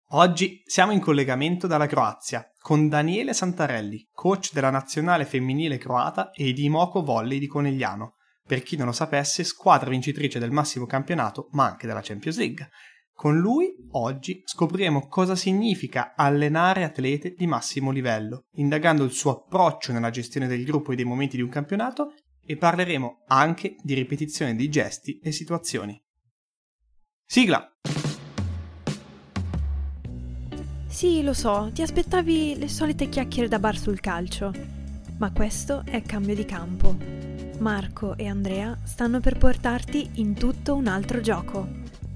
Oggi siamo in collegamento dalla Croazia con Daniele Santarelli, coach della nazionale femminile croata e di Moco Volley di Conegliano. Per chi non lo sapesse, squadra vincitrice del massimo campionato, ma anche della Champions League. Con lui, oggi, scopriremo cosa significa allenare atlete di massimo livello, indagando il suo approccio nella gestione del gruppo e dei momenti di un campionato, e parleremo anche di ripetizione di gesti e situazioni. Sigla! Sì, lo so, ti aspettavi le solite chiacchiere da bar sul calcio, ma questo è cambio di campo. Marco e Andrea stanno per portarti in tutto un altro gioco.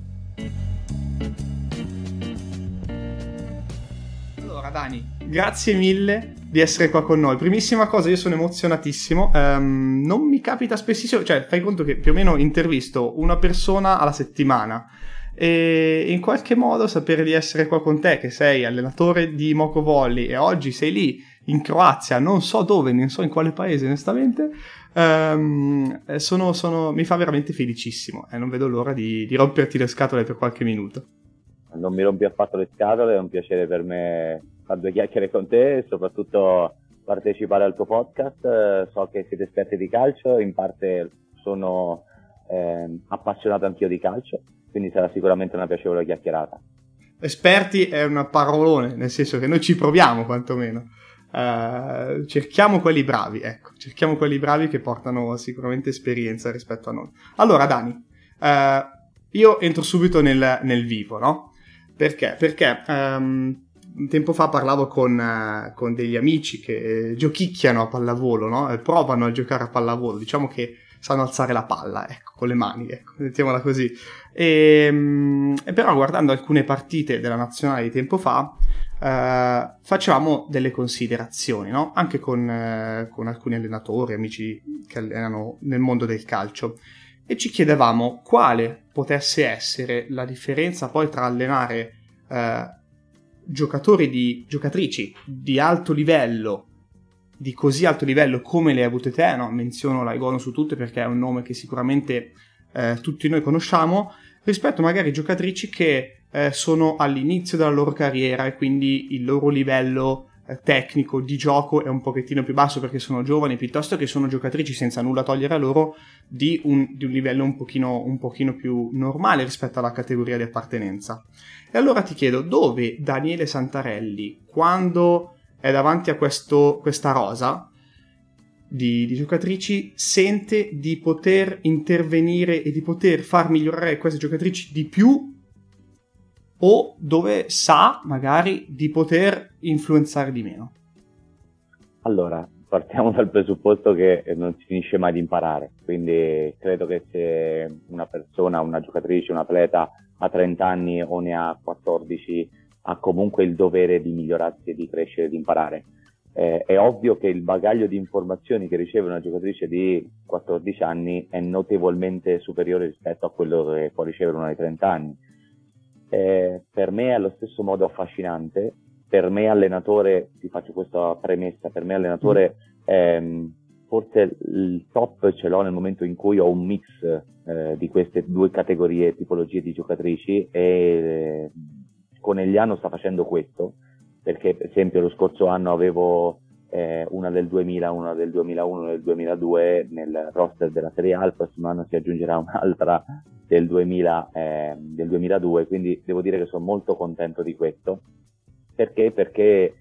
Allora Dani, grazie mille di essere qua con noi. Primissima cosa, io sono emozionatissimo, non mi capita spessissimo, cioè fai conto che più o meno intervisto una persona alla settimana e in qualche modo sapere di essere qua con te, che sei allenatore di Moco Volley e oggi sei lì in Croazia, non so dove, non so in quale paese onestamente, mi fa veramente felicissimo e non vedo l'ora di romperti le scatole per qualche minuto. Non mi rompi affatto le scatole, è un piacere per me fare due chiacchiere con te e soprattutto partecipare al tuo podcast. So che siete esperti di calcio, in parte sono appassionato anch'io di calcio, quindi sarà sicuramente una piacevole chiacchierata. Esperti è una parolone, nel senso che noi ci proviamo quantomeno. Cerchiamo quelli bravi, cerchiamo quelli bravi che portano sicuramente esperienza rispetto a noi. Allora Dani, io entro subito nel vivo, no? Perché? Perché tempo fa parlavo con degli amici che giochicchiano a pallavolo, no? Provano a giocare a pallavolo, diciamo che sanno alzare la palla, con le mani, mettiamola così. E però guardando alcune partite della nazionale di tempo fa, facevamo delle considerazioni, no? Anche con alcuni allenatori, amici che allenano nel mondo del calcio, e ci chiedevamo quale potesse essere la differenza poi tra allenare giocatrici di alto livello, di così alto livello come le hai avute te, no? Menziono la Egono su tutte perché è un nome che sicuramente tutti noi conosciamo, rispetto magari a giocatrici che sono all'inizio della loro carriera e quindi il loro livello tecnico di gioco è un pochettino più basso perché sono giovani, piuttosto che sono giocatrici, senza nulla togliere a loro, di un livello un pochino più normale rispetto alla categoria di appartenenza. E allora ti chiedo, dove Daniele Santarelli, quando è davanti a questa rosa di giocatrici, sente di poter intervenire e di poter far migliorare queste giocatrici di più, o dove sa magari di poter influenzare di meno? Allora, partiamo dal presupposto che non si finisce mai di imparare, quindi credo che se una persona, una giocatrice, un atleta ha 30 anni o ne ha 14, ha comunque il dovere di migliorarsi e di crescere e di imparare. È ovvio che il bagaglio di informazioni che riceve una giocatrice di 14 anni è notevolmente superiore rispetto a quello che può ricevere una di 30 anni. Per me è allo stesso modo affascinante. Per me allenatore, ti faccio questa premessa, per me allenatore forse il top ce l'ho nel momento in cui ho un mix di queste due categorie, tipologie di giocatrici, e Conegliano sta facendo questo, perché per esempio lo scorso anno avevo una del 2000, una del 2001, una del 2002 nel roster della Serie A, il prossimo anno si aggiungerà un'altra del 2002, quindi devo dire che sono molto contento di questo. Perché? Perché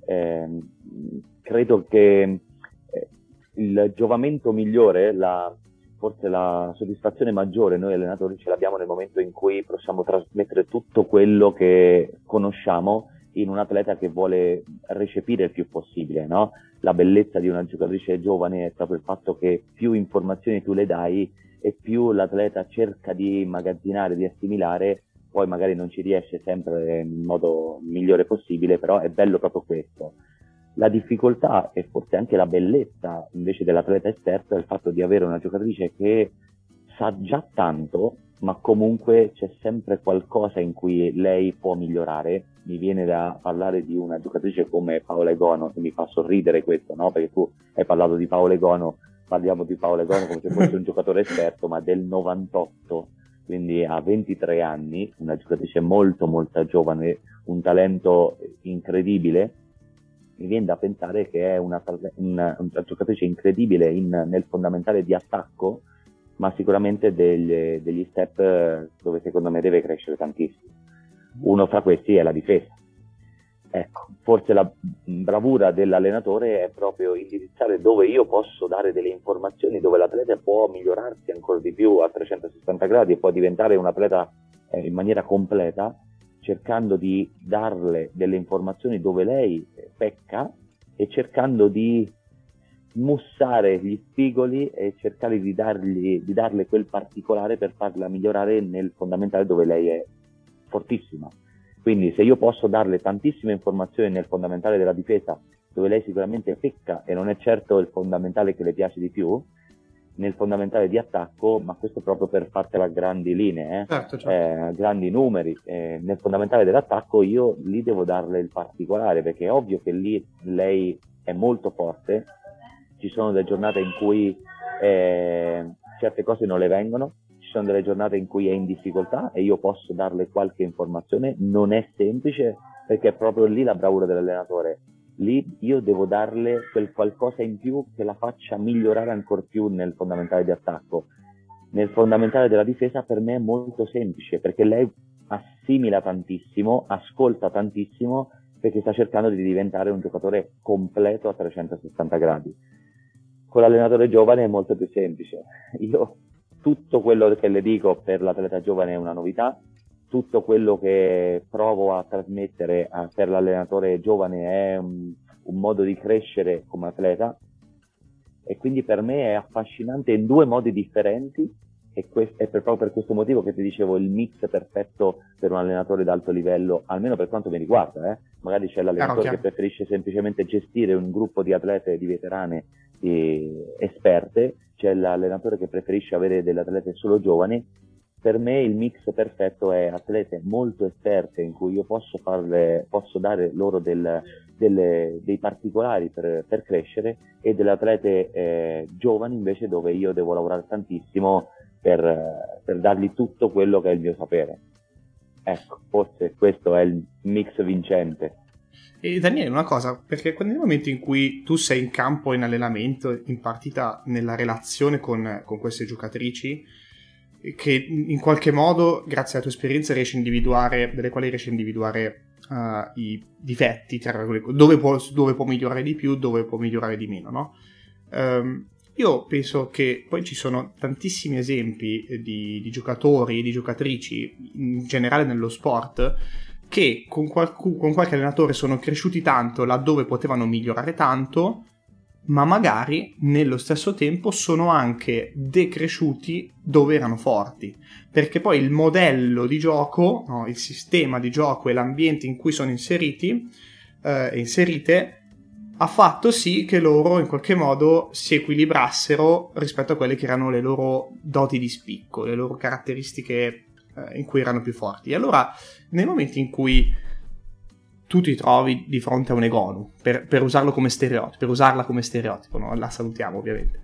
credo che il giovamento migliore, forse la soddisfazione maggiore, noi allenatori ce l'abbiamo nel momento in cui possiamo trasmettere tutto quello che conosciamo in un atleta che vuole recepire il più possibile, no? La bellezza di una giocatrice giovane è proprio il fatto che più informazioni tu le dai e più l'atleta cerca di immagazzinare, di assimilare. Poi magari non ci riesce sempre nel modo migliore possibile, però è bello proprio questo. La difficoltà e forse anche la bellezza invece dell'atleta esperto è il fatto di avere una giocatrice che sa già tanto, ma comunque c'è sempre qualcosa in cui lei può migliorare. Mi viene da parlare di una giocatrice come Paola Egono, e mi fa sorridere questo, no? Perché tu hai parlato di Paola Egono, parliamo di Paola Egono come se fosse un giocatore esperto, ma del 98, quindi a 23 anni, una giocatrice molto molto giovane, un talento incredibile, mi viene da pensare che è una giocatrice incredibile nel fondamentale di attacco, ma sicuramente degli step dove secondo me deve crescere tantissimo. Uno fra questi è la difesa. Ecco, forse la bravura dell'allenatore è proprio indirizzare dove io posso dare delle informazioni, dove l'atleta può migliorarsi ancora di più a 360 gradi e può diventare un atleta in maniera completa, cercando di darle delle informazioni dove lei pecca e cercando di mussare gli spigoli e cercare di darle quel particolare per farla migliorare nel fondamentale dove lei è fortissima. Quindi se io posso darle tantissime informazioni nel fondamentale della difesa, dove lei sicuramente pecca e non è certo il fondamentale che le piace di più, nel fondamentale di attacco, ma questo proprio per fartela a grandi linee, certo. Grandi numeri, nel fondamentale dell'attacco io lì devo darle il particolare, perché è ovvio che lì lei è molto forte, ci sono delle giornate in cui certe cose non le vengono, ci sono delle giornate in cui è in difficoltà e io posso darle qualche informazione, non è semplice perché è proprio lì la bravura dell'allenatore. Lì io devo darle quel qualcosa in più che la faccia migliorare ancora più nel fondamentale di attacco. Nel fondamentale della difesa per me è molto semplice, perché lei assimila tantissimo, ascolta tantissimo, perché sta cercando di diventare un giocatore completo a 360 gradi. Con l'allenatore giovane è molto più semplice. Io tutto quello che le dico per l'atleta giovane è una novità, tutto quello che provo a trasmettere per l'allenatore giovane è un modo di crescere come atleta, e quindi per me è affascinante in due modi differenti, e è proprio per questo motivo che ti dicevo il mix perfetto per un allenatore d'alto livello, almeno per quanto mi riguarda. Magari c'è l'allenatore che preferisce semplicemente gestire un gruppo di atlete, di veterane esperte, c'è l'allenatore che preferisce avere delle atlete solo giovani. Per me il mix perfetto è atlete molto esperte in cui io posso dare loro dei particolari per crescere, e delle atlete giovani invece dove io devo lavorare tantissimo per dargli tutto quello che è il mio sapere. Ecco, forse questo è il mix vincente. E Daniele, una cosa, perché nel momento in cui tu sei in campo, in allenamento, in partita, nella relazione con queste giocatrici, che in qualche modo, grazie alla tua esperienza, delle quali riesci a individuare i difetti, dove può migliorare di più, dove può migliorare di meno, no? Io penso che poi ci sono tantissimi esempi di giocatori e di giocatrici in generale nello sport che con qualche allenatore sono cresciuti tanto laddove potevano migliorare tanto, ma magari nello stesso tempo sono anche decresciuti dove erano forti, perché poi il modello di gioco, no, il sistema di gioco e l'ambiente in cui sono inseriti e inserite ha fatto sì che loro in qualche modo si equilibrassero rispetto a quelle che erano le loro doti di spicco, le loro caratteristiche in cui erano più forti. E allora nei momenti in cui tu ti trovi di fronte a un Egonu, per usarla come stereotipo, no? La salutiamo ovviamente,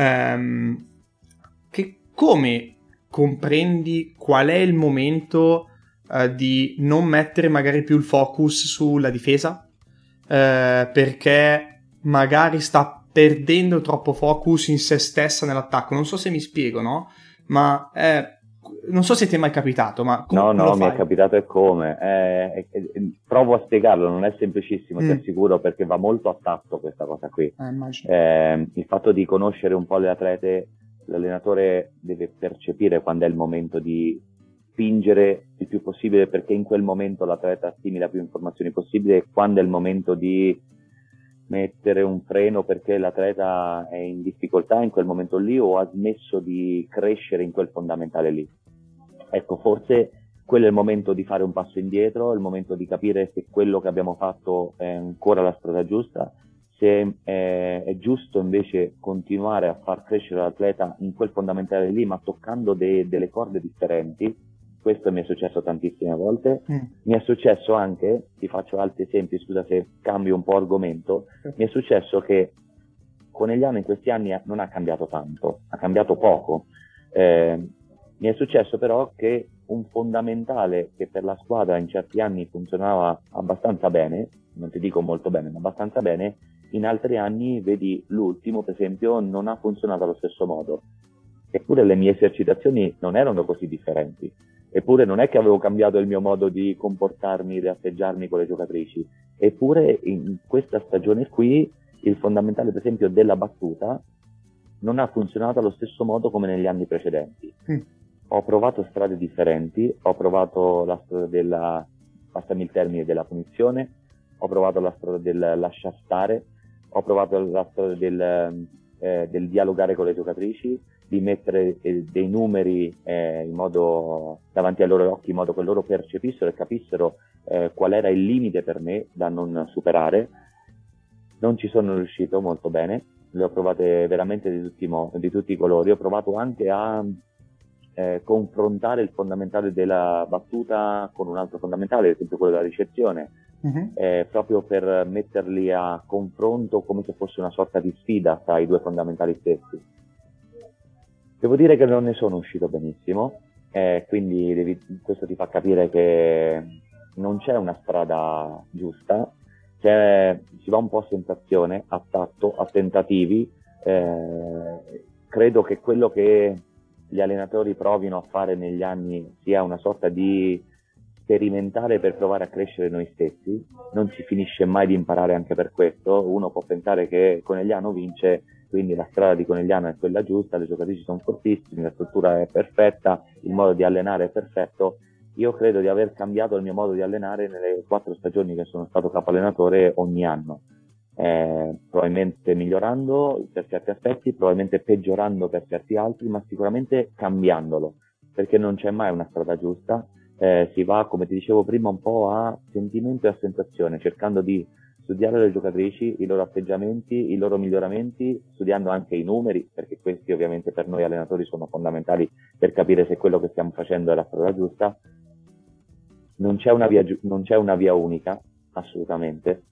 che come comprendi qual è il momento di non mettere magari più il focus sulla difesa, perché magari sta perdendo troppo focus in se stessa nell'attacco? Non so se mi spiego, no? Ma non so se ti è mai capitato, ma no, mi è capitato e come. Provo a spiegarlo, non è semplicissimo, ti assicuro, perché va molto a tatto questa cosa qui. Il fatto di conoscere un po' le atlete, l'allenatore deve percepire quando è il momento di spingere il più possibile, perché in quel momento l'atleta assimila più informazioni possibili, e quando è il momento di mettere un freno perché l'atleta è in difficoltà in quel momento lì o ha smesso di crescere in quel fondamentale lì. Ecco, forse quello è il momento di fare un passo indietro, è il momento di capire se quello che abbiamo fatto è ancora la strada giusta, se è giusto invece continuare a far crescere l'atleta in quel fondamentale lì, ma toccando delle corde differenti. Questo mi è successo tantissime volte. Mi è successo anche, ti faccio altri esempi, scusa se cambio un po' argomento, mi è successo che Conegliano in questi anni non ha cambiato tanto, ha cambiato poco. Mi è successo però che un fondamentale che per la squadra in certi anni funzionava abbastanza bene, non ti dico molto bene, ma abbastanza bene, in altri anni, vedi l'ultimo per esempio, non ha funzionato allo stesso modo. Eppure le mie esercitazioni non erano così differenti. Eppure non è che avevo cambiato il mio modo di comportarmi, di atteggiarmi con le giocatrici. Eppure in questa stagione qui il fondamentale per esempio della battuta non ha funzionato allo stesso modo come negli anni precedenti. Ho provato strade differenti, ho provato la strada della, passami il termine, della punizione, ho provato la strada del lasciar stare, ho provato la strada del dialogare con le giocatrici, di mettere dei numeri in modo davanti ai loro occhi in modo che loro percepissero e capissero qual era il limite per me da non superare. Non ci sono riuscito molto bene, le ho provate veramente di tutti i colori. Ho provato anche a confrontare il fondamentale della battuta con un altro fondamentale, ad esempio quello della ricezione, proprio per metterli a confronto come se fosse una sorta di sfida tra i due fondamentali stessi. Devo dire che non ne sono uscito benissimo, quindi questo ti fa capire che non c'è una strada giusta, si va un po' a sensazione, a tatto, a tentativi. Credo che quello che gli allenatori provino a fare negli anni sia una sorta di sperimentare per provare a crescere noi stessi. Non si finisce mai di imparare anche per questo. Uno può pensare che Conegliano vince, quindi la strada di Conegliano è quella giusta, le giocatrici sono fortissime, la struttura è perfetta, il modo di allenare è perfetto. Io credo di aver cambiato il mio modo di allenare nelle 4 stagioni che sono stato capo allenatore ogni anno, probabilmente migliorando per certi aspetti, probabilmente peggiorando per certi altri, ma sicuramente cambiandolo, perché non c'è mai una strada giusta. Si va, come ti dicevo prima, un po' a sentimento e a sensazione, cercando di studiare le giocatrici, i loro atteggiamenti, i loro miglioramenti, studiando anche i numeri, perché questi ovviamente per noi allenatori sono fondamentali per capire se quello che stiamo facendo è la strada giusta. Non c'è una via unica, assolutamente,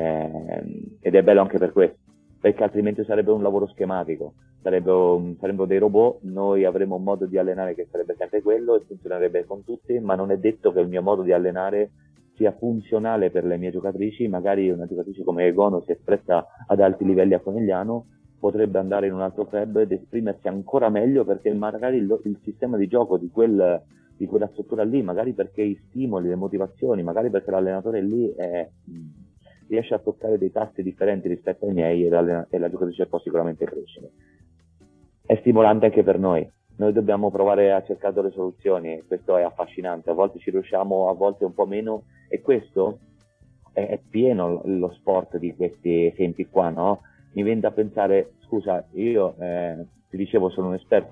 ed è bello anche per questo, perché altrimenti sarebbe un lavoro schematico, saremmo dei robot, noi avremmo un modo di allenare che sarebbe sempre quello e funzionerebbe con tutti, ma non è detto che il mio modo di allenare sia funzionale per le mie giocatrici. Magari una giocatrice come Egono si è espressa ad alti livelli a Conegliano, potrebbe andare in un altro club ed esprimersi ancora meglio, perché magari il sistema di gioco di quella struttura lì, magari perché i stimoli, le motivazioni, magari perché l'allenatore lì riesce a toccare dei tasti differenti rispetto ai miei, e la giocatrice può sicuramente crescere. È stimolante anche per noi. Noi dobbiamo provare a cercare delle soluzioni, questo è affascinante, a volte ci riusciamo, a volte un po' meno, e questo è pieno lo sport di questi esempi qua, no? Mi viene da pensare, scusa, io ti dicevo sono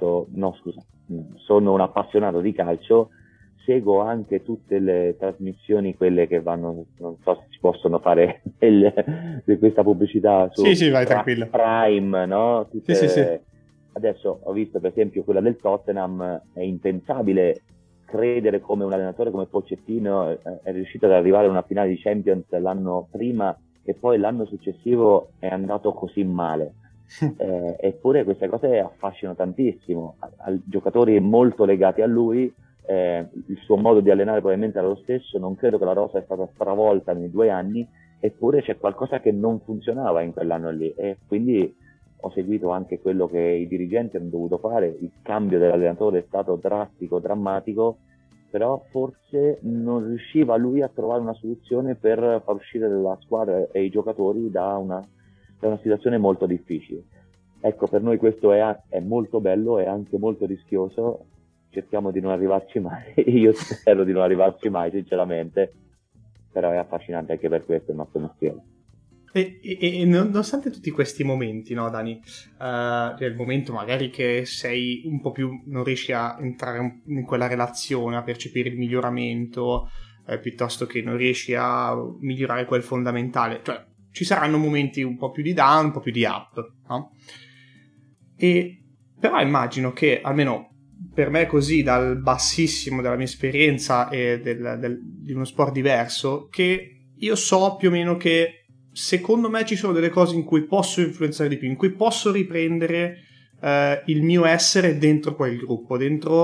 un appassionato di calcio, seguo anche tutte le trasmissioni, quelle che vanno, non so se si possono fare di questa pubblicità su vai, tranquillo. Prime, no? Sì. Adesso ho visto per esempio quella del Tottenham, è impensabile credere come un allenatore come Pochettino è riuscito ad arrivare a una finale di Champions l'anno prima e poi l'anno successivo è andato così male. Eppure queste cose affascinano tantissimo, giocatori molto legati a lui, il suo modo di allenare probabilmente era lo stesso, non credo che la rosa sia stata stravolta nei 2 anni, eppure c'è qualcosa che non funzionava in quell'anno lì, e quindi ho seguito anche quello che i dirigenti hanno dovuto fare. Il cambio dell'allenatore è stato drastico, drammatico, però forse non riusciva lui a trovare una soluzione per far uscire la squadra e i giocatori da una situazione molto difficile. Ecco, per noi questo è molto bello, è anche molto rischioso, cerchiamo di non arrivarci mai, io spero di non arrivarci mai sinceramente, però è affascinante anche per questo il nostro mestiere. E nonostante tutti questi momenti, no Dani, il momento magari che sei un po' più, non riesci a entrare in quella relazione, a percepire il miglioramento, piuttosto che non riesci a migliorare quel fondamentale, cioè ci saranno momenti un po' più di down, un po' più di up, no? E però immagino che, almeno per me così, dal bassissimo della mia esperienza e di uno sport diverso, che io so più o meno che secondo me ci sono delle cose in cui posso influenzare di più, in cui posso riprendere il mio essere dentro quel gruppo, dentro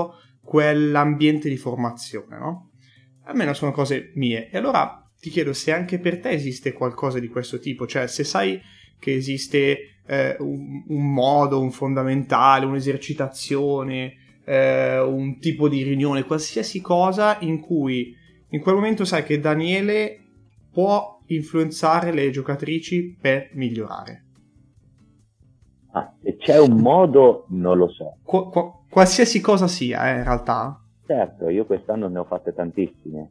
quell'ambiente di formazione, no? Almeno sono cose mie. E allora ti chiedo se anche per te esiste qualcosa di questo tipo, cioè se sai che esiste un modo, un fondamentale, un'esercitazione, un tipo di riunione, qualsiasi cosa in cui in quel momento sai che Daniele può influenzare le giocatrici per migliorare. Se c'è un modo, non lo so. Qualsiasi cosa sia, in realtà. Certo, io quest'anno ne ho fatte tantissime.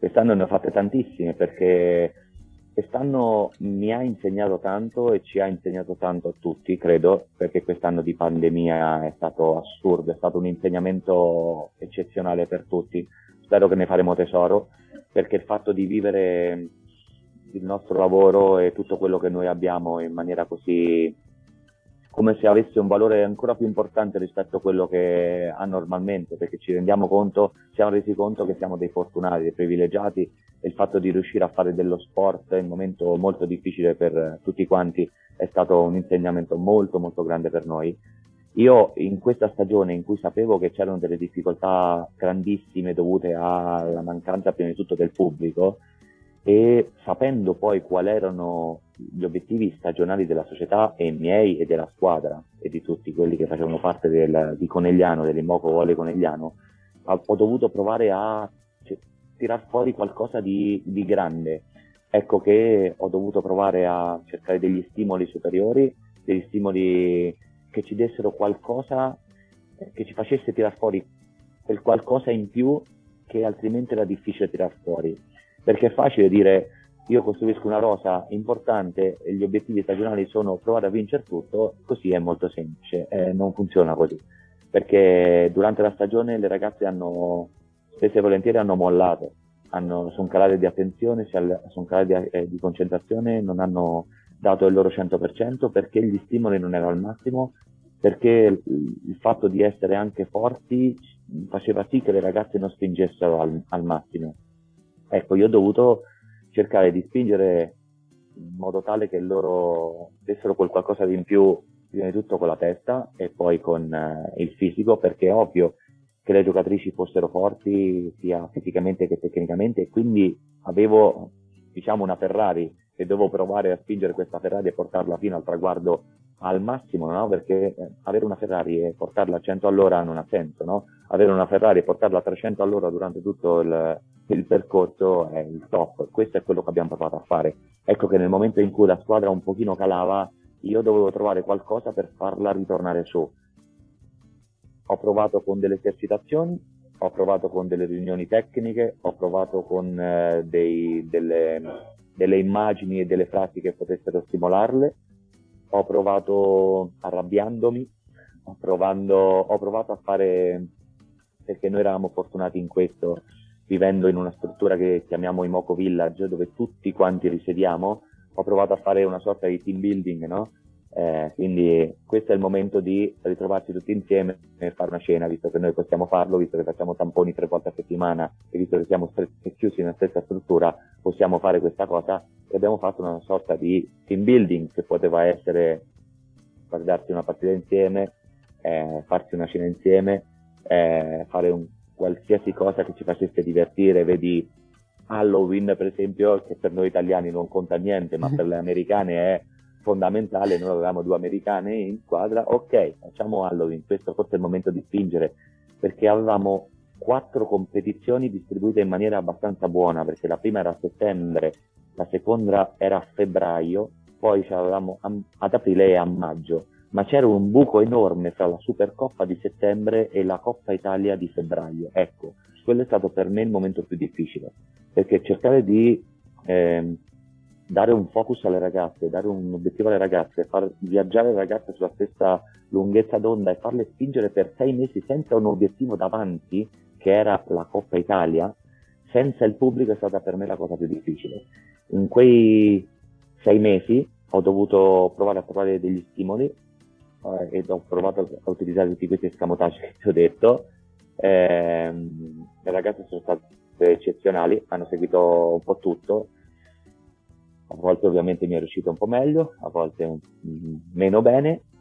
Perché quest'anno mi ha insegnato tanto e ci ha insegnato tanto a tutti, credo, perché quest'anno di pandemia è stato assurdo, è stato un insegnamento eccezionale per tutti. Spero che ne faremo tesoro, perché il fatto di vivere il nostro lavoro e tutto quello che noi abbiamo in maniera così, come se avesse un valore ancora più importante rispetto a quello che ha normalmente, perché siamo resi conto che siamo dei fortunati, dei privilegiati, e il fatto di riuscire a fare dello sport in un momento molto difficile per tutti quanti è stato un insegnamento molto molto grande per noi. Io in questa stagione in cui sapevo che c'erano delle difficoltà grandissime dovute alla mancanza prima di tutto del pubblico, e sapendo poi quali erano gli obiettivi stagionali della società e miei e della squadra e di tutti quelli che facevano parte di Conegliano, dell'Immoco Volley Conegliano, ho dovuto provare a tirar fuori qualcosa di grande. Ecco che ho dovuto provare a cercare degli stimoli superiori, degli stimoli che ci dessero qualcosa, che ci facesse tirar fuori quel qualcosa in più che altrimenti era difficile tirar fuori. Perché è facile dire io costruisco una rosa importante e gli obiettivi stagionali sono provare a vincere tutto, così è molto semplice, non funziona così, perché durante la stagione le ragazze spesso e volentieri hanno mollato, sono calate di attenzione, sono calate di concentrazione, non hanno dato il loro 100% perché gli stimoli non erano al massimo, perché il fatto di essere anche forti faceva sì che le ragazze non spingessero al massimo. Ecco, io ho dovuto cercare di spingere in modo tale che loro dessero quel qualcosa di in più, prima di tutto con la testa e poi con il fisico, perché è ovvio che le giocatrici fossero forti sia fisicamente che tecnicamente, e quindi avevo, una Ferrari e dovevo provare a spingere questa Ferrari e portarla fino al traguardo al massimo, no? Perché avere una Ferrari e portarla a 100 all'ora non ha senso, no? Avere una Ferrari e portarla a 300 all'ora durante tutto il percorso è il top. Questo è quello che abbiamo provato a fare. Ecco che nel momento in cui la squadra un pochino calava, io dovevo trovare qualcosa per farla ritornare su. Ho provato con delle esercitazioni, ho provato con delle riunioni tecniche, ho provato con delle immagini e delle frasi che potessero stimolarle, ho provato arrabbiandomi, ho provato a fare, perché noi eravamo fortunati in questo, vivendo in una struttura che chiamiamo Immoco Village, dove tutti quanti risediamo, ho provato a fare una sorta di team building, no? Quindi questo è il momento di ritrovarci tutti insieme e fare una cena, visto che noi possiamo farlo, visto che facciamo tamponi 3 volte a settimana e visto che siamo chiusi nella stessa struttura, possiamo fare questa cosa, e abbiamo fatto una sorta di team building che poteva essere guardarsi una partita insieme, farsi una cena insieme, fare qualsiasi cosa che ci facesse divertire. Vedi Halloween per esempio, che per noi italiani non conta niente, ma per le americane è fondamentale. Noi avevamo 2 americane in squadra, ok, facciamo Halloween, questo forse è il momento di spingere, perché avevamo 4 competizioni distribuite in maniera abbastanza buona, perché la prima era a settembre, la seconda era a febbraio, poi ce l'avevamo ad aprile e a maggio, ma c'era un buco enorme fra la Supercoppa di settembre e la Coppa Italia di febbraio. Ecco, quello è stato per me il momento più difficile, perché cercare di dare un focus alle ragazze, dare un obiettivo alle ragazze, far viaggiare le ragazze sulla stessa lunghezza d'onda e farle spingere per 6 mesi senza un obiettivo davanti, che era la Coppa Italia, senza il pubblico, è stata per me la cosa più difficile. In quei 6 mesi ho dovuto provare a trovare degli stimoli ed ho provato a utilizzare tutti questi escamotage che ti ho detto. Le ragazze sono state eccezionali, hanno seguito un po' tutto. A volte ovviamente mi è riuscito un po' meglio, a volte meno bene,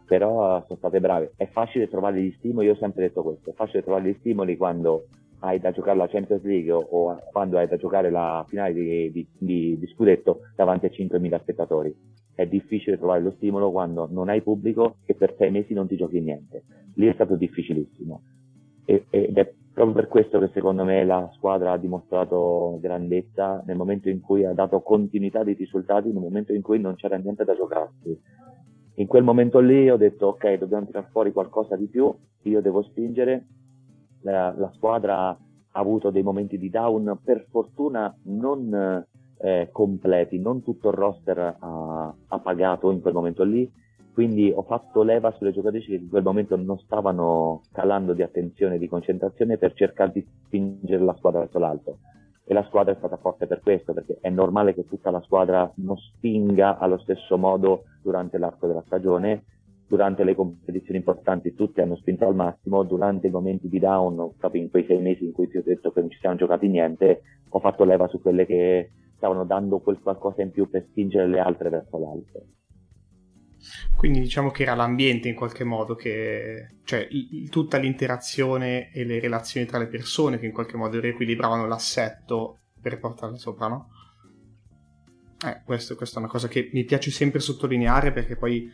però sono state brave. È facile trovare gli stimoli, io ho sempre detto questo, è facile trovare gli stimoli quando hai da giocare la Champions League o quando hai da giocare la finale di scudetto davanti a 5.000 spettatori. È difficile trovare lo stimolo quando non hai pubblico e per 6 mesi non ti giochi niente. Lì è stato difficilissimo. Ed è proprio per questo che secondo me la squadra ha dimostrato grandezza nel momento in cui ha dato continuità di risultati, nel momento in cui non c'era niente da giocarsi. In quel momento lì ho detto ok, dobbiamo tirare fuori qualcosa di più, io devo spingere. La squadra ha avuto dei momenti di down, per fortuna non completi, non tutto il roster ha pagato in quel momento lì, quindi ho fatto leva sulle giocatrici che in quel momento non stavano calando di attenzione e di concentrazione per cercare di spingere la squadra verso l'alto. E la squadra è stata forte per questo, perché è normale che tutta la squadra non spinga allo stesso modo durante l'arco della stagione. Durante le competizioni importanti tutti hanno spinto al massimo, durante i momenti di down, proprio in quei 6 mesi in cui ti ho detto che non ci siamo giocati niente, ho fatto leva su quelle che stavano dando quel qualcosa in più per spingere le altre verso l'alto. Quindi diciamo che era l'ambiente in qualche modo, cioè tutta l'interazione e le relazioni tra le persone che in qualche modo riequilibravano l'assetto per portarle sopra, no? Questa è una cosa che mi piace sempre sottolineare, perché poi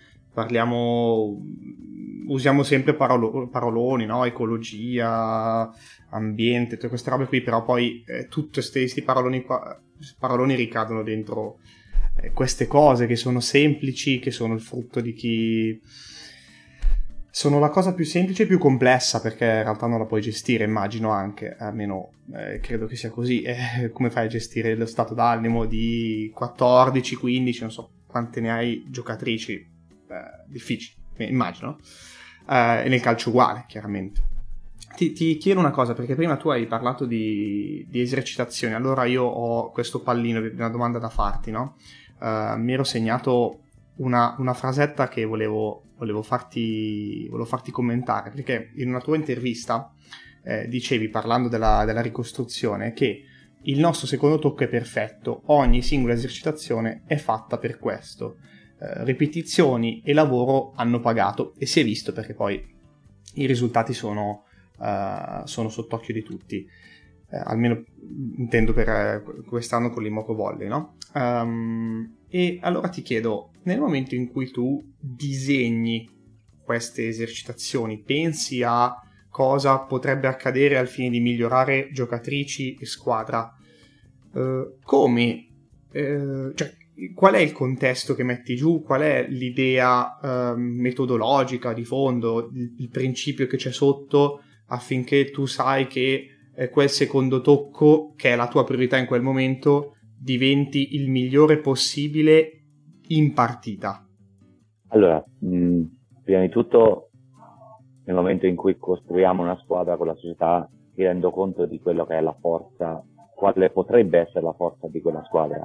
usiamo sempre paroloni, no? Ecologia, ambiente, tutte queste robe qui, però poi tutti questi paroloni ricadono dentro queste cose che sono semplici, che sono il frutto di chi... Sono la cosa più semplice e più complessa, perché in realtà non la puoi gestire, immagino anche, almeno credo che sia così. Come fai a gestire lo stato d'animo di 14, 15, non so quante ne hai giocatrici? Difficile, immagino. E nel calcio uguale, chiaramente. Ti chiedo una cosa, perché prima tu hai parlato di esercitazioni, allora io ho questo pallino, una domanda da farti, no? Mi ero segnato una frasetta che volevo farti commentare, perché in una tua intervista dicevi, parlando della ricostruzione, che il nostro secondo tocco è perfetto, ogni singola esercitazione è fatta per questo. Ripetizioni e lavoro hanno pagato, e si è visto, perché poi i risultati sono sott'occhio di tutti, almeno intendo per quest'anno con l'Imoco Volley, no? E allora ti chiedo, nel momento in cui tu disegni queste esercitazioni, pensi a cosa potrebbe accadere al fine di migliorare giocatrici e squadra, cioè, qual è il contesto che metti giù, qual è l'idea metodologica di fondo, il principio che c'è sotto, affinché tu sai che quel secondo tocco, che è la tua priorità in quel momento, diventi il migliore possibile in partita? Allora, prima di tutto, nel momento in cui costruiamo una squadra con la società, ti rendo conto di quello che è la forza, quale potrebbe essere la forza di quella squadra.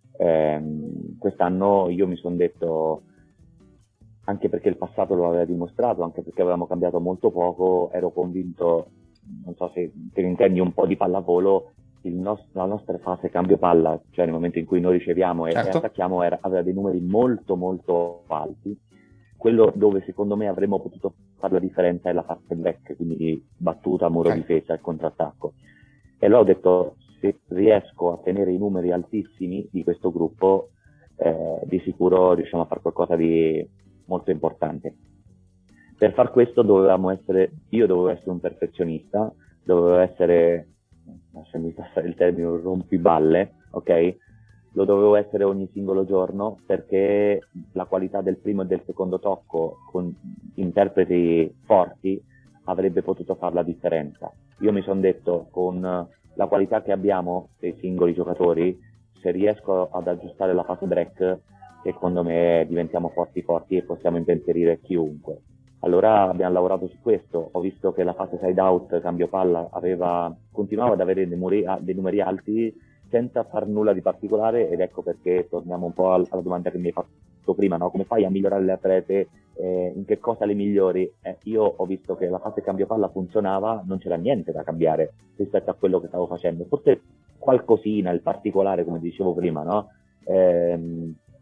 Quest'anno io mi sono detto, anche perché il passato lo aveva dimostrato, anche perché avevamo cambiato molto poco, ero convinto, non so se te ne intendi un po' di pallavolo, la nostra fase cambio palla, cioè nel momento in cui noi riceviamo e attacchiamo, aveva dei numeri molto molto alti. Quello dove secondo me avremmo potuto fare la differenza è la fase back, quindi battuta, muro difesa e contrattacco. E allora ho detto, se riesco a tenere i numeri altissimi di questo gruppo, di sicuro riusciamo a fare qualcosa di molto importante. Per far questo io dovevo essere un perfezionista, dovevo essere, lasciami passare il termine, un rompiballe, ok? Lo dovevo essere ogni singolo giorno, perché la qualità del primo e del secondo tocco con interpreti forti avrebbe potuto fare la differenza. Io mi sono detto, con la qualità che abbiamo dei singoli giocatori, se riesco ad aggiustare la fase break, secondo me diventiamo forti e possiamo impensierire chiunque. Allora abbiamo lavorato su questo, ho visto che la fase side out, cambio palla, continuava ad avere dei numeri alti senza far nulla di particolare, ed ecco perché torniamo un po' alla domanda che mi hai fatto prima, no? Come fai a migliorare le atlete, in che cosa le migliori? Io ho visto che la fase cambio palla funzionava, non c'era niente da cambiare rispetto a quello che stavo facendo, forse qualcosina, il particolare come dicevo prima, no?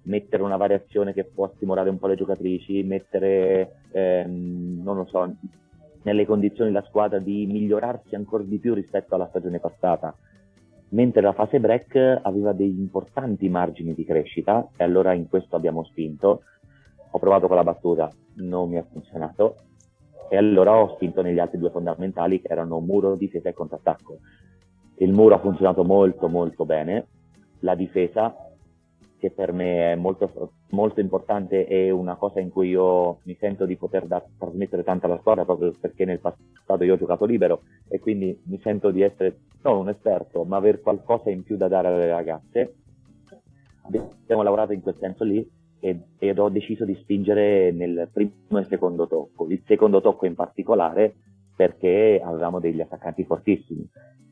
mettere una variazione che può stimolare un po' le giocatrici, mettere, non lo so, nelle condizioni la squadra di migliorarsi ancora di più rispetto alla stagione passata. Mentre la fase break aveva degli importanti margini di crescita, e allora in questo abbiamo spinto. Ho provato con la battuta, non mi ha funzionato, e allora ho spinto negli altri due fondamentali, che erano muro, difesa e contrattacco. Il muro ha funzionato molto molto bene, la difesa, che per me è molto, molto importante, è una cosa in cui io mi sento di poter trasmettere tanto alla squadra, proprio perché nel passato io ho giocato libero e quindi mi sento di essere non un esperto, ma aver qualcosa in più da dare alle ragazze. Abbiamo lavorato in quel senso lì ed ho deciso di spingere nel primo e secondo tocco, il secondo tocco in particolare perché avevamo degli attaccanti fortissimi.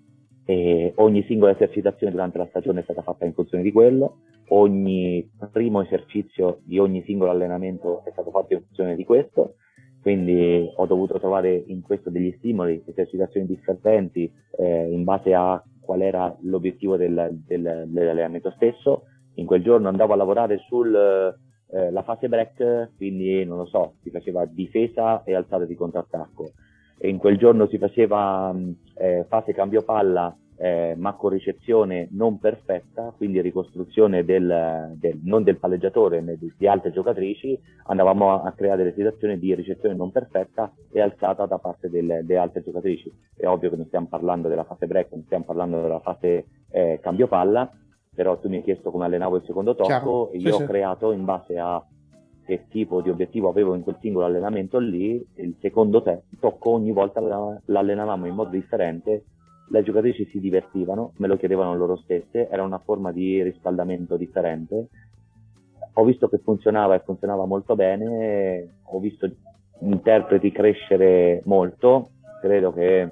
E ogni singola esercitazione durante la stagione è stata fatta in funzione di quello, ogni primo esercizio di ogni singolo allenamento è stato fatto in funzione di questo, quindi ho dovuto trovare in questo degli stimoli, esercitazioni differenti in base a qual era l'obiettivo dell'allenamento stesso. In quel giorno andavo a lavorare sulla fase break, quindi non lo so, si faceva difesa e alzata di contrattacco. E in quel giorno si faceva fase cambio palla, ma con ricezione non perfetta, quindi ricostruzione non del palleggiatore ma di altre giocatrici. Andavamo a creare delle situazioni di ricezione non perfetta e alzata da parte delle altre giocatrici. È ovvio che non stiamo parlando della fase break, non stiamo parlando della fase cambio palla, però tu mi hai chiesto come allenavo il secondo tocco. Chiaro. E io ho creato in base a che tipo di obiettivo avevo in quel singolo allenamento lì, il secondo tocco ogni volta l'allenavamo in modo differente, le giocatrici si divertivano, me lo chiedevano loro stesse, era una forma di riscaldamento differente. Ho visto che funzionava e funzionava molto bene, ho visto interpreti crescere molto, credo che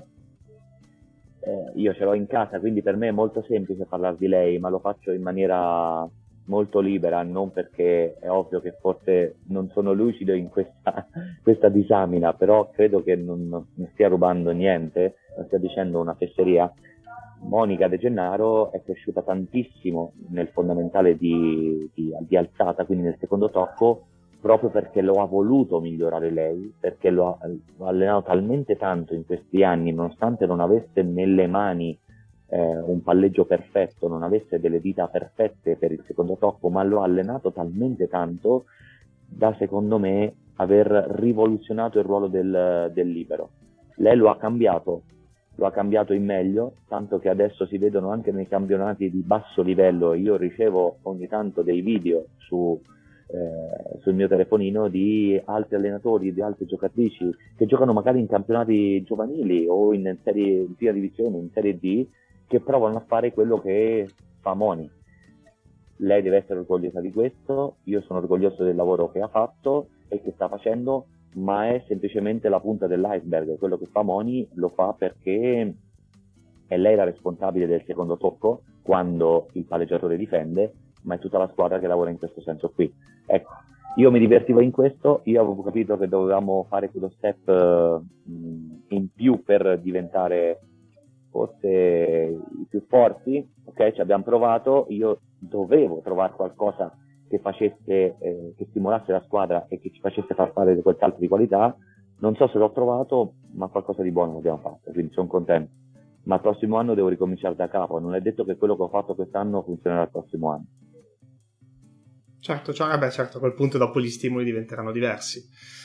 io ce l'ho in casa, quindi per me è molto semplice parlare di lei, ma lo faccio in maniera molto libera, non perché è ovvio che forse non sono lucido in questa disamina, però credo che non stia rubando niente, non stia dicendo una fesseria. Monica De Gennaro è cresciuta tantissimo nel fondamentale di alzata, quindi nel secondo tocco, proprio perché lo ha voluto migliorare lei, perché lo ha allenato talmente tanto in questi anni, nonostante non avesse nelle mani un palleggio perfetto, non avesse delle dita perfette per il secondo tocco, ma lo ha allenato talmente tanto da, secondo me, aver rivoluzionato il ruolo del libero. Lei lo ha cambiato in meglio, tanto che adesso si vedono anche nei campionati di basso livello. Io ricevo ogni tanto dei video sul mio telefonino di altri allenatori, di altre giocatrici che giocano magari in campionati giovanili o in prima divisione, in Serie D, che provano a fare quello che fa Moni. Lei deve essere orgogliosa di questo, io sono orgoglioso del lavoro che ha fatto e che sta facendo, ma è semplicemente la punta dell'iceberg. Quello che fa Moni lo fa perché è lei la responsabile del secondo tocco quando il palleggiatore difende, ma è tutta la squadra che lavora in questo senso qui. Ecco, io mi divertivo in questo, io avevo capito che dovevamo fare quello step in più per diventare forse i più forti, ok? Ci abbiamo provato, io dovevo trovare qualcosa che facesse, che stimolasse la squadra e che ci facesse far fare quel salto di qualità. Non so se l'ho trovato, ma qualcosa di buono l'abbiamo fatto, quindi sono contento. Ma il prossimo anno devo ricominciare da capo, non è detto che quello che ho fatto quest'anno funzionerà il prossimo anno. Certo, a quel punto dopo gli stimoli diventeranno diversi.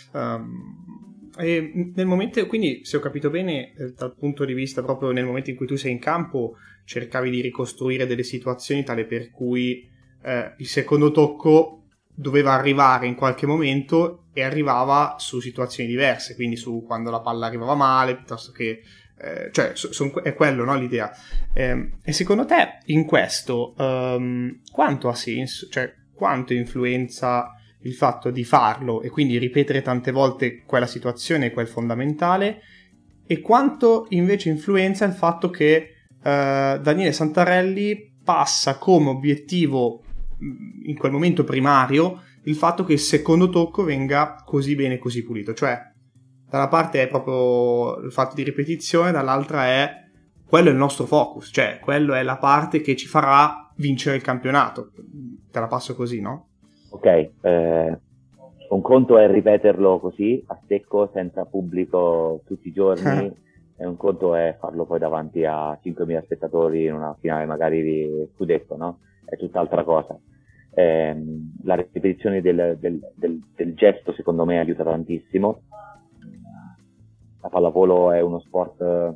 E nel momento, quindi, se ho capito bene, dal punto di vista proprio nel momento in cui tu sei in campo, cercavi di ricostruire delle situazioni tale per cui il secondo tocco doveva arrivare in qualche momento e arrivava su situazioni diverse, quindi su quando la palla arrivava male, piuttosto che è quello, no, l'idea. E secondo te in questo quanto ha senso, cioè quanto influenza il fatto di farlo e quindi ripetere tante volte quella situazione, quel fondamentale, e quanto invece influenza il fatto che Daniele Santarelli passa come obiettivo in quel momento primario il fatto che il secondo tocco venga così bene, così pulito. Cioè, da una parte è proprio il fatto di ripetizione, dall'altra è quello è il nostro focus, cioè quello è la parte che ci farà vincere il campionato. Te la passo così, no? Ok, un conto è ripeterlo così, a secco, senza pubblico tutti i giorni, e un conto è farlo poi davanti a 5.000 spettatori in una finale magari di scudetto, no? È tutt'altra cosa. La ripetizione del gesto secondo me aiuta tantissimo. La pallavolo è uno sport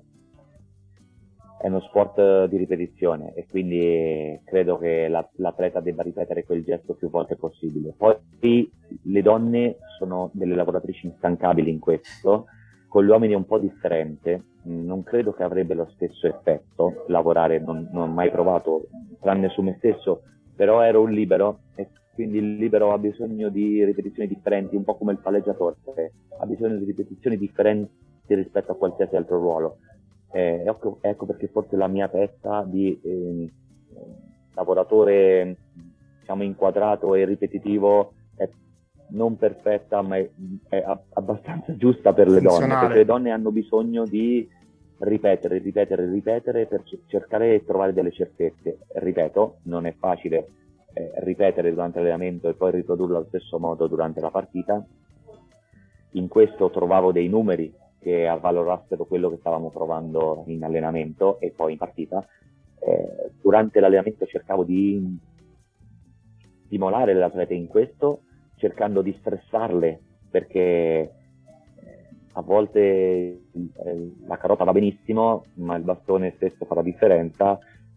di ripetizione e quindi credo che l'atleta debba ripetere quel gesto più volte possibile. Poi le donne sono delle lavoratrici instancabili in questo, con gli uomini è un po' differente, non credo che avrebbe lo stesso effetto lavorare, non ho mai provato, tranne su me stesso, però ero un libero e quindi il libero ha bisogno di ripetizioni differenti, un po' come il palleggiatore, ha bisogno di ripetizioni differenti rispetto a qualsiasi altro ruolo. Ecco perché forse la mia testa di lavoratore, diciamo, inquadrato e ripetitivo è non perfetta, ma è abbastanza giusta per le donne, perché le donne hanno bisogno di ripetere per cercare di trovare delle certezze. Ripeto, non è facile ripetere durante l'allenamento e poi riprodurlo allo stesso modo durante la partita. In questo trovavo dei numeri che avvalorassero quello che stavamo provando in allenamento e poi in partita. Durante l'allenamento cercavo di stimolare le atlete in questo, cercando di stressarle, perché a volte la carota va benissimo, ma il bastone stesso fa la differenza.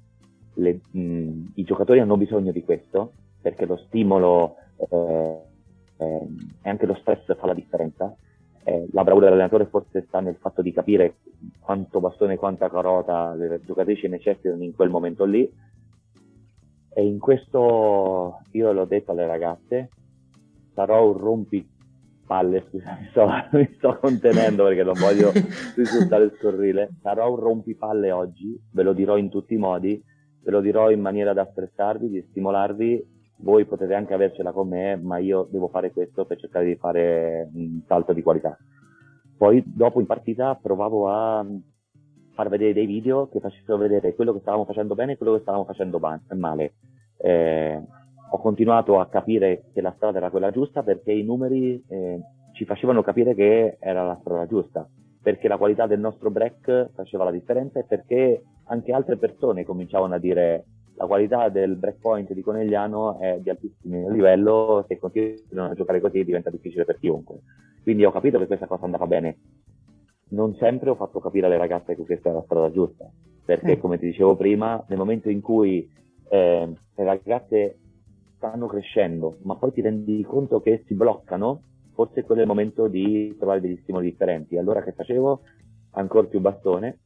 I giocatori hanno bisogno di questo, perché lo stimolo e anche lo stress fa la differenza. La bravura dell'allenatore forse sta nel fatto di capire quanto bastone e quanta carota le giocatrici necessitano in quel momento lì, e in questo io l'ho detto alle ragazze, sarò un rompipalle, scusa, mi sto contenendo perché non voglio risultare scurrile, sarò un rompipalle oggi, ve lo dirò in tutti i modi, ve lo dirò in maniera da stressarvi, di stimolarvi. Voi potete anche avercela con me, ma io devo fare questo per cercare di fare un salto di qualità. Poi dopo in partita provavo a far vedere dei video che facessero vedere quello che stavamo facendo bene e quello che stavamo facendo male. Ho continuato a capire che la strada era quella giusta, perché i numeri ci facevano capire che era la strada giusta, perché la qualità del nostro break faceva la differenza e perché anche altre persone cominciavano a dire: la qualità del breakpoint di Conegliano è di altissimo livello, se continuano a giocare così diventa difficile per chiunque. Quindi ho capito che questa cosa andava bene. Non sempre ho fatto capire alle ragazze che questa è la strada giusta, perché come ti dicevo prima, nel momento in cui le ragazze stanno crescendo, ma poi ti rendi conto che si bloccano, forse quello è il momento di trovare degli stimoli differenti. Allora che facevo? Ancora più bastone,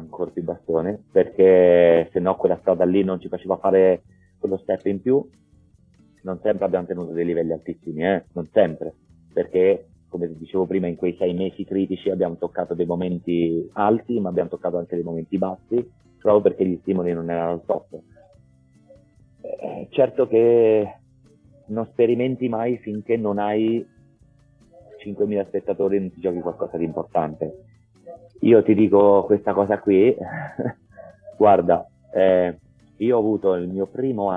perché se no quella strada lì non ci faceva fare quello step in più. Non sempre abbiamo tenuto dei livelli altissimi, non sempre, perché come ti dicevo prima, in quei 6 mesi critici abbiamo toccato dei momenti alti, ma abbiamo toccato anche dei momenti bassi, proprio perché gli stimoli non erano al top. Certo che non sperimenti mai finché non hai 5.000 spettatori e non ti giochi qualcosa di importante. Io ti dico questa cosa qui, guarda, io ho avuto il mio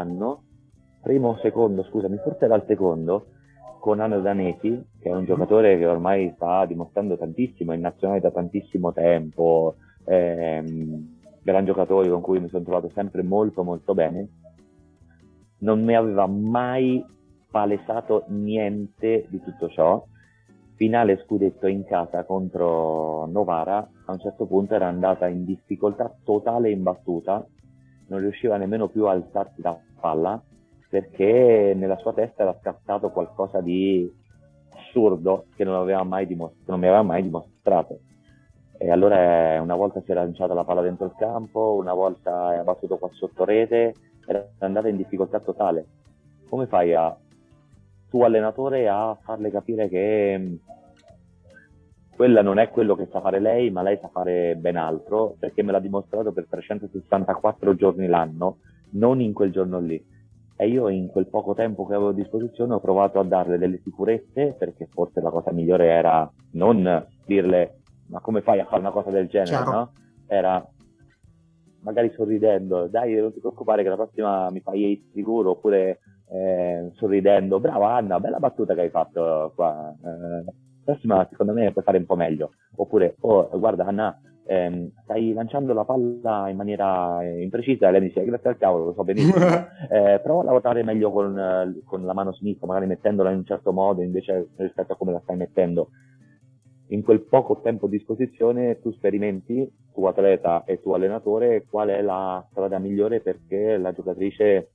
scusami, forse era il secondo, con Anno Danesi, che è un giocatore che ormai sta dimostrando tantissimo, è in nazionale da tantissimo tempo, gran giocatore con cui mi sono trovato sempre molto molto bene. Non mi aveva mai palesato niente di tutto ciò. Finale scudetto in casa contro Novara, a un certo punto era andata in difficoltà totale e imbattuta, non riusciva nemmeno più a alzarsi da palla, perché nella sua testa era scattato qualcosa di assurdo che non mi aveva mai dimostrato. E allora una volta si era lanciata la palla dentro il campo, una volta ha battuto qua sotto rete, era andata in difficoltà totale. Come fai tuo allenatore a farle capire che quella non è quello che sa fare lei, ma lei sa fare ben altro, perché me l'ha dimostrato per 364 giorni l'anno, non in quel giorno lì. E io in quel poco tempo che avevo a disposizione ho provato a darle delle sicurezze, perché forse la cosa migliore era non dirle: ma come fai a fare una cosa del genere, Ciao. No? Era magari sorridendo: dai, non ti preoccupare che la prossima mi fai sicuro, oppure sorridendo, brava Anna, bella battuta che hai fatto qua, prossima secondo me puoi fare un po' meglio, oppure guarda Anna, stai lanciando la palla in maniera imprecisa, e lei mi dice grazie al cavolo, lo so benissimo, prova a lavorare meglio con la mano sinistra, magari mettendola in un certo modo invece rispetto a come la stai mettendo. In quel poco tempo a disposizione tu sperimenti, tu atleta e tu allenatore, qual è la strada migliore perché la giocatrice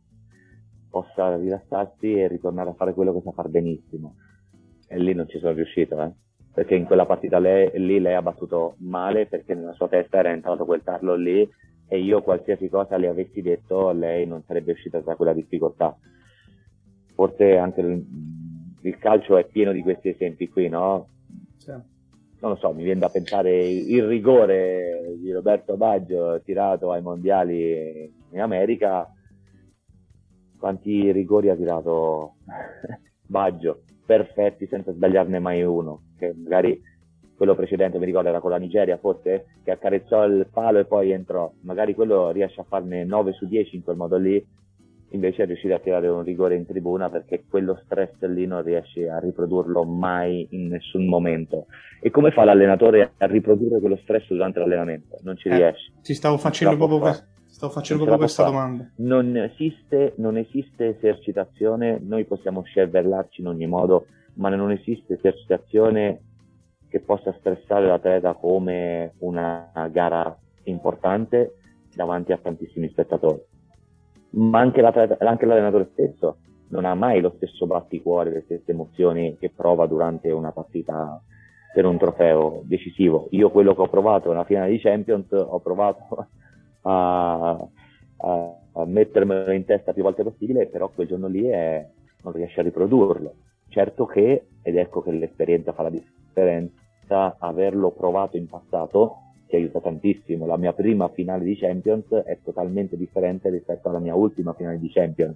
possa rilassarsi e ritornare a fare quello che sa far benissimo. E lì non ci sono riuscito, perché in quella partita lei ha battuto male, perché nella sua testa era entrato quel tarlo lì, e io qualsiasi cosa le avessi detto lei non sarebbe uscita da quella difficoltà. Forse anche il calcio è pieno di questi esempi qui, no? Sì. Non lo so, mi viene da pensare il rigore di Roberto Baggio tirato ai mondiali in America. Quanti rigori ha tirato Baggio, perfetti, senza sbagliarne mai uno, che magari quello precedente, mi ricordo, era con la Nigeria forse, che accarezzò il palo e poi entrò, magari quello riesce a farne 9 su 10 in quel modo lì, invece è riuscito a tirare un rigore in tribuna, perché quello stress lì non riesce a riprodurlo mai in nessun momento. E come fa l'allenatore a riprodurre quello stress durante l'allenamento? Non ci riesce. Ti stavo facendo proprio questa domanda. Non esiste esercitazione, noi possiamo scervellarci in ogni modo, ma non esiste esercitazione che possa stressare l'atleta come una gara importante davanti a tantissimi spettatori. Ma anche l'allenatore stesso non ha mai lo stesso batticuore, le stesse emozioni che prova durante una partita per un trofeo decisivo. Io quello che ho provato nella finale di Champions, ho provato a mettermelo in testa più volte possibile, però quel giorno lì non riesce a riprodurlo. Certo che, ed ecco che l'esperienza fa la differenza, averlo provato in passato ti aiuta tantissimo. La mia prima finale di Champions è totalmente differente rispetto alla mia ultima finale di Champions.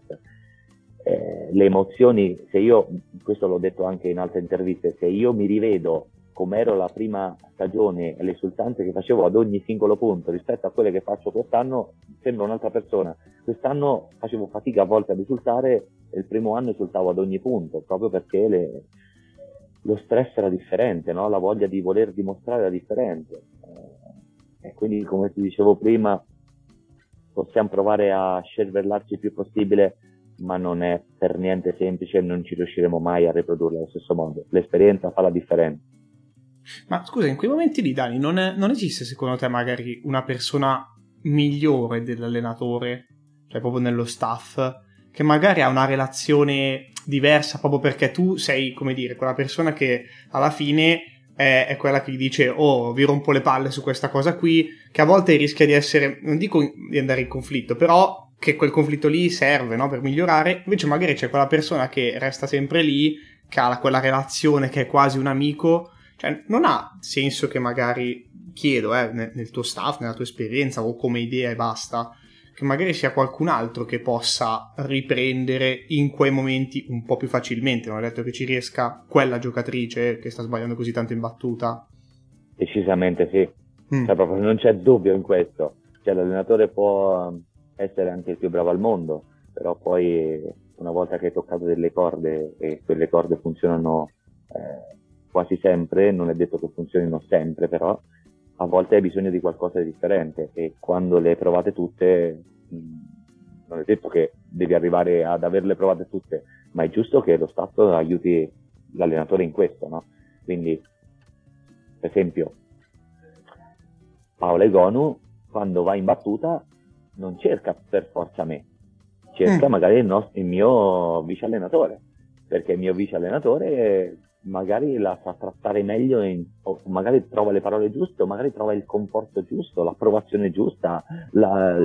Le emozioni, questo l'ho detto anche in altre interviste, se io mi rivedo com'ero la prima stagione e le esultanze che facevo ad ogni singolo punto rispetto a quelle che faccio quest'anno, sembro un'altra persona. Quest'anno facevo fatica a volte ad esultare, e il primo anno esultavo ad ogni punto, proprio perché lo stress era differente, no? La voglia di voler dimostrare era differente. E quindi, come ti dicevo prima, possiamo provare a scervellarci il più possibile, ma non è per niente semplice e non ci riusciremo mai a riprodurlo allo stesso modo. L'esperienza fa la differenza. Ma scusa, in quei momenti lì, Dani, non esiste secondo te magari una persona migliore dell'allenatore, cioè proprio nello staff, che magari ha una relazione diversa proprio perché tu sei, come dire, quella persona che alla fine è quella che gli dice vi rompo le palle su questa cosa qui, che a volte rischia di essere, non dico di andare in conflitto, però che quel conflitto lì serve, no, per migliorare. Invece magari c'è quella persona che resta sempre lì, che ha quella relazione che è quasi un amico. Cioè non ha senso che magari, chiedo nel tuo staff, nella tua esperienza o come idea e basta, che magari sia qualcun altro che possa riprendere in quei momenti un po' più facilmente. Non è detto che ci riesca quella giocatrice che sta sbagliando così tanto in battuta. Decisamente sì. Cioè, proprio non c'è dubbio in questo. Cioè, l'allenatore può essere anche il più bravo al mondo, però poi una volta che hai toccato delle corde e quelle corde funzionano quasi sempre, non è detto che funzionino sempre, però a volte hai bisogno di qualcosa di differente, e quando le provate tutte, non è detto che devi arrivare ad averle provate tutte, ma è giusto che lo staff aiuti l'allenatore in questo, no? Quindi, per esempio, Paola Egonu, quando va in battuta, non cerca per forza me, cerca magari il mio vice allenatore, perché il mio vice allenatore magari la fa trattare meglio, o magari trova le parole giuste, o magari trova il conforto giusto, l'approvazione giusta, la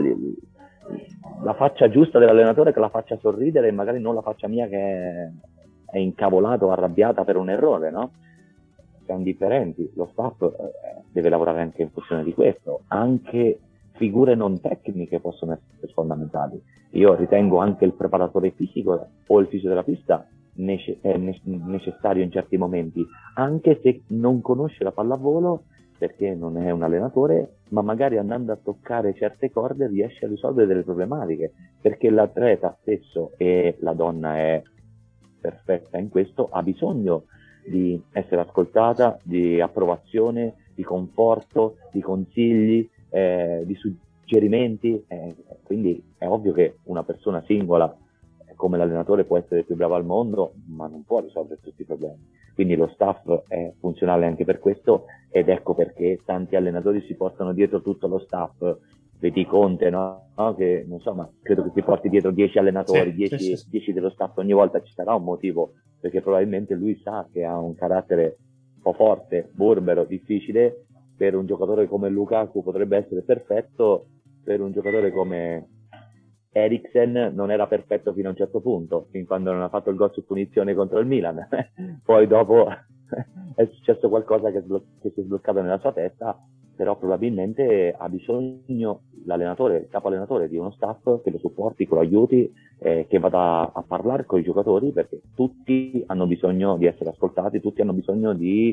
faccia giusta dell'allenatore, che la faccia sorridere, e magari non la faccia mia che è incavolata o arrabbiata per un errore, no? Siamo differenti. Lo staff deve lavorare anche in funzione di questo. Anche figure non tecniche possono essere fondamentali. Io ritengo anche il preparatore fisico o il fisioterapista è necessario in certi momenti, anche se non conosce la pallavolo, perché non è un allenatore, ma magari andando a toccare certe corde riesce a risolvere delle problematiche, perché l'atleta stesso, e la donna è perfetta in questo, ha bisogno di essere ascoltata, di approvazione, di conforto, di consigli, di suggerimenti, quindi è ovvio che una persona singola come l'allenatore può essere più bravo al mondo, ma non può risolvere tutti i problemi. Quindi lo staff è funzionale anche per questo, ed ecco perché tanti allenatori si portano dietro tutto lo staff. Vedi Conte, no? Che non so, ma credo che ti porti dietro 10 allenatori, 10 dello staff, ogni volta ci sarà un motivo, perché probabilmente lui sa che ha un carattere un po' forte, burbero, difficile. Per un giocatore come Lukaku potrebbe essere perfetto, per un giocatore come Eriksen non era perfetto fino a un certo punto, fin quando non ha fatto il gol su punizione contro il Milan. Poi dopo è successo qualcosa che si è sbloccato nella sua testa, però probabilmente ha bisogno l'allenatore, il capo allenatore, di uno staff che lo supporti, che lo aiuti, che vada a parlare con i giocatori, perché tutti hanno bisogno di essere ascoltati, tutti hanno bisogno di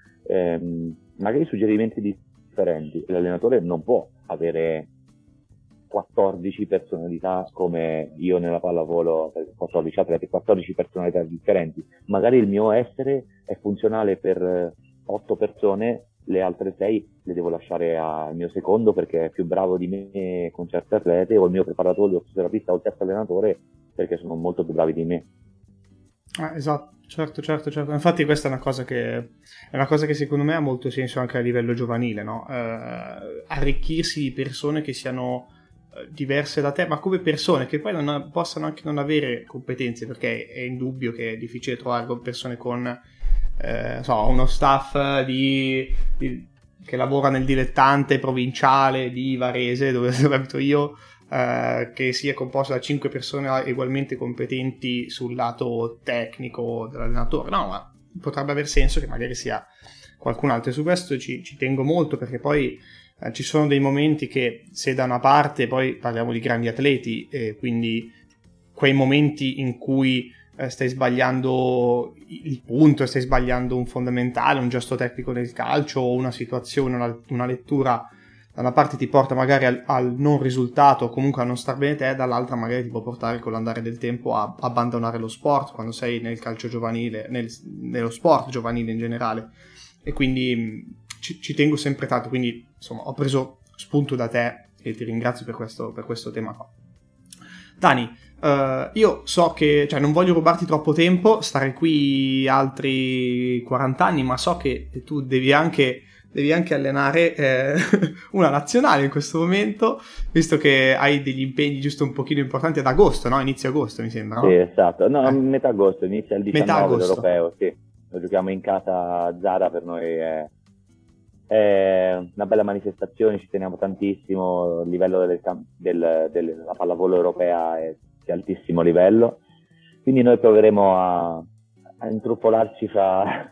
magari suggerimenti differenti. L'allenatore non può avere 14 personalità come io nella pallavolo, 14 atleti, 14 personalità differenti. Magari il mio essere è funzionale per 8 persone, le altre 6 le devo lasciare al mio secondo perché è più bravo di me con certe atlete, o il mio preparatore, o fisioterapista, o il terzo allenatore perché sono molto più bravi di me. Esatto, certo. Infatti questa è una cosa che secondo me ha molto senso anche a livello giovanile, no? Arricchirsi di persone che siano diverse da te, ma come persone che poi possano anche non avere competenze, perché è indubbio che è difficile trovare persone con uno staff che lavora nel dilettante provinciale di Varese, dove abito io, che sia composto da 5 persone ugualmente competenti sul lato tecnico dell'allenatore. No, ma potrebbe aver senso che magari sia qualcun altro, e su questo ci tengo molto, perché poi ci sono dei momenti che, se da una parte poi parliamo di grandi atleti, quindi quei momenti in cui stai sbagliando il punto, stai sbagliando un fondamentale, un gesto tecnico nel calcio, o una situazione, una lettura, da una parte ti porta magari al non risultato, o comunque a non star bene te, dall'altra magari ti può portare con l'andare del tempo a abbandonare lo sport, quando sei nel calcio giovanile, nello sport giovanile in generale. E quindi ci tengo sempre tanto, quindi insomma ho preso spunto da te e ti ringrazio per questo tema qua. Dani, io so che, non voglio rubarti troppo tempo, stare qui altri 40 anni, ma so che tu devi anche allenare una nazionale in questo momento, visto che hai degli impegni giusto un pochino importanti ad agosto, no? Inizio agosto mi sembra, no? Sì, esatto, no, metà agosto, inizia il 19 l'europeo, sì, lo giochiamo in casa a Zara, per noi è una bella manifestazione, ci teniamo tantissimo, il livello della pallavolo europea è di altissimo livello, quindi noi proveremo a intruppolarci fra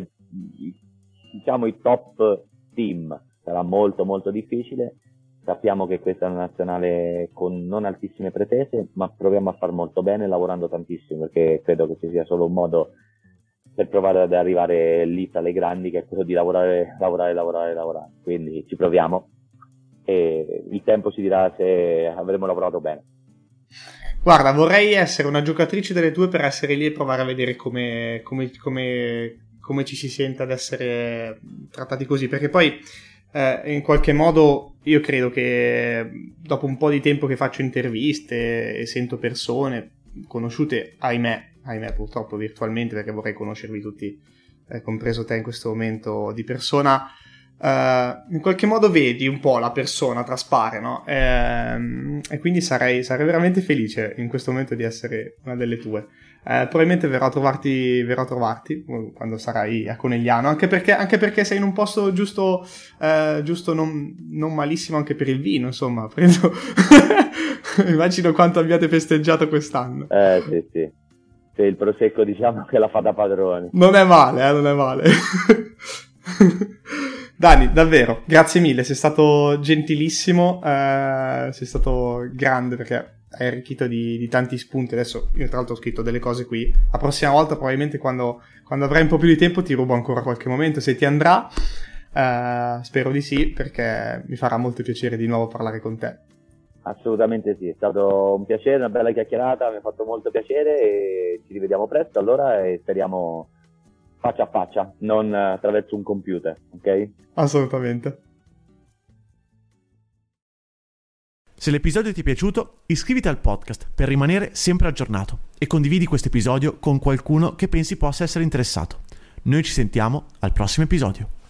i top team. Sarà molto molto difficile, sappiamo che questa è una nazionale con non altissime pretese, ma proviamo a far molto bene lavorando tantissimo, perché credo che ci sia solo un modo per provare ad arrivare lì tra le grandi, che è quello di lavorare. Quindi ci proviamo e il tempo ci dirà se avremo lavorato bene. Guarda, vorrei essere una giocatrice delle tue per essere lì e provare a vedere come ci si sente ad essere trattati così, perché poi in qualche modo io credo che dopo un po' di tempo che faccio interviste e sento persone conosciute, ahimè purtroppo virtualmente, perché vorrei conoscervi tutti, compreso te in questo momento di persona, in qualche modo vedi un po' la persona traspare, no? E quindi sarei veramente felice in questo momento di essere una delle tue. Probabilmente verrò a trovarti quando sarai a Conegliano, anche perché sei in un posto giusto non malissimo anche per il vino, insomma, prendo immagino quanto abbiate festeggiato quest'anno. Sì, il prosecco diciamo che la fa da padrone. Non è male. Dani, davvero, grazie mille, sei stato gentilissimo, sei stato grande, perché hai arricchito di tanti spunti. Adesso io tra l'altro ho scritto delle cose qui, la prossima volta probabilmente quando avrai un po' più di tempo ti rubo ancora qualche momento, se ti andrà. Spero di sì, perché mi farà molto piacere di nuovo parlare con te. Assolutamente sì, è stato un piacere, una bella chiacchierata, mi ha fatto molto piacere e ci rivediamo presto allora e speriamo faccia a faccia, non attraverso un computer, ok? Assolutamente. Se l'episodio ti è piaciuto, iscriviti al podcast per rimanere sempre aggiornato e condividi questo episodio con qualcuno che pensi possa essere interessato. Noi ci sentiamo al prossimo episodio.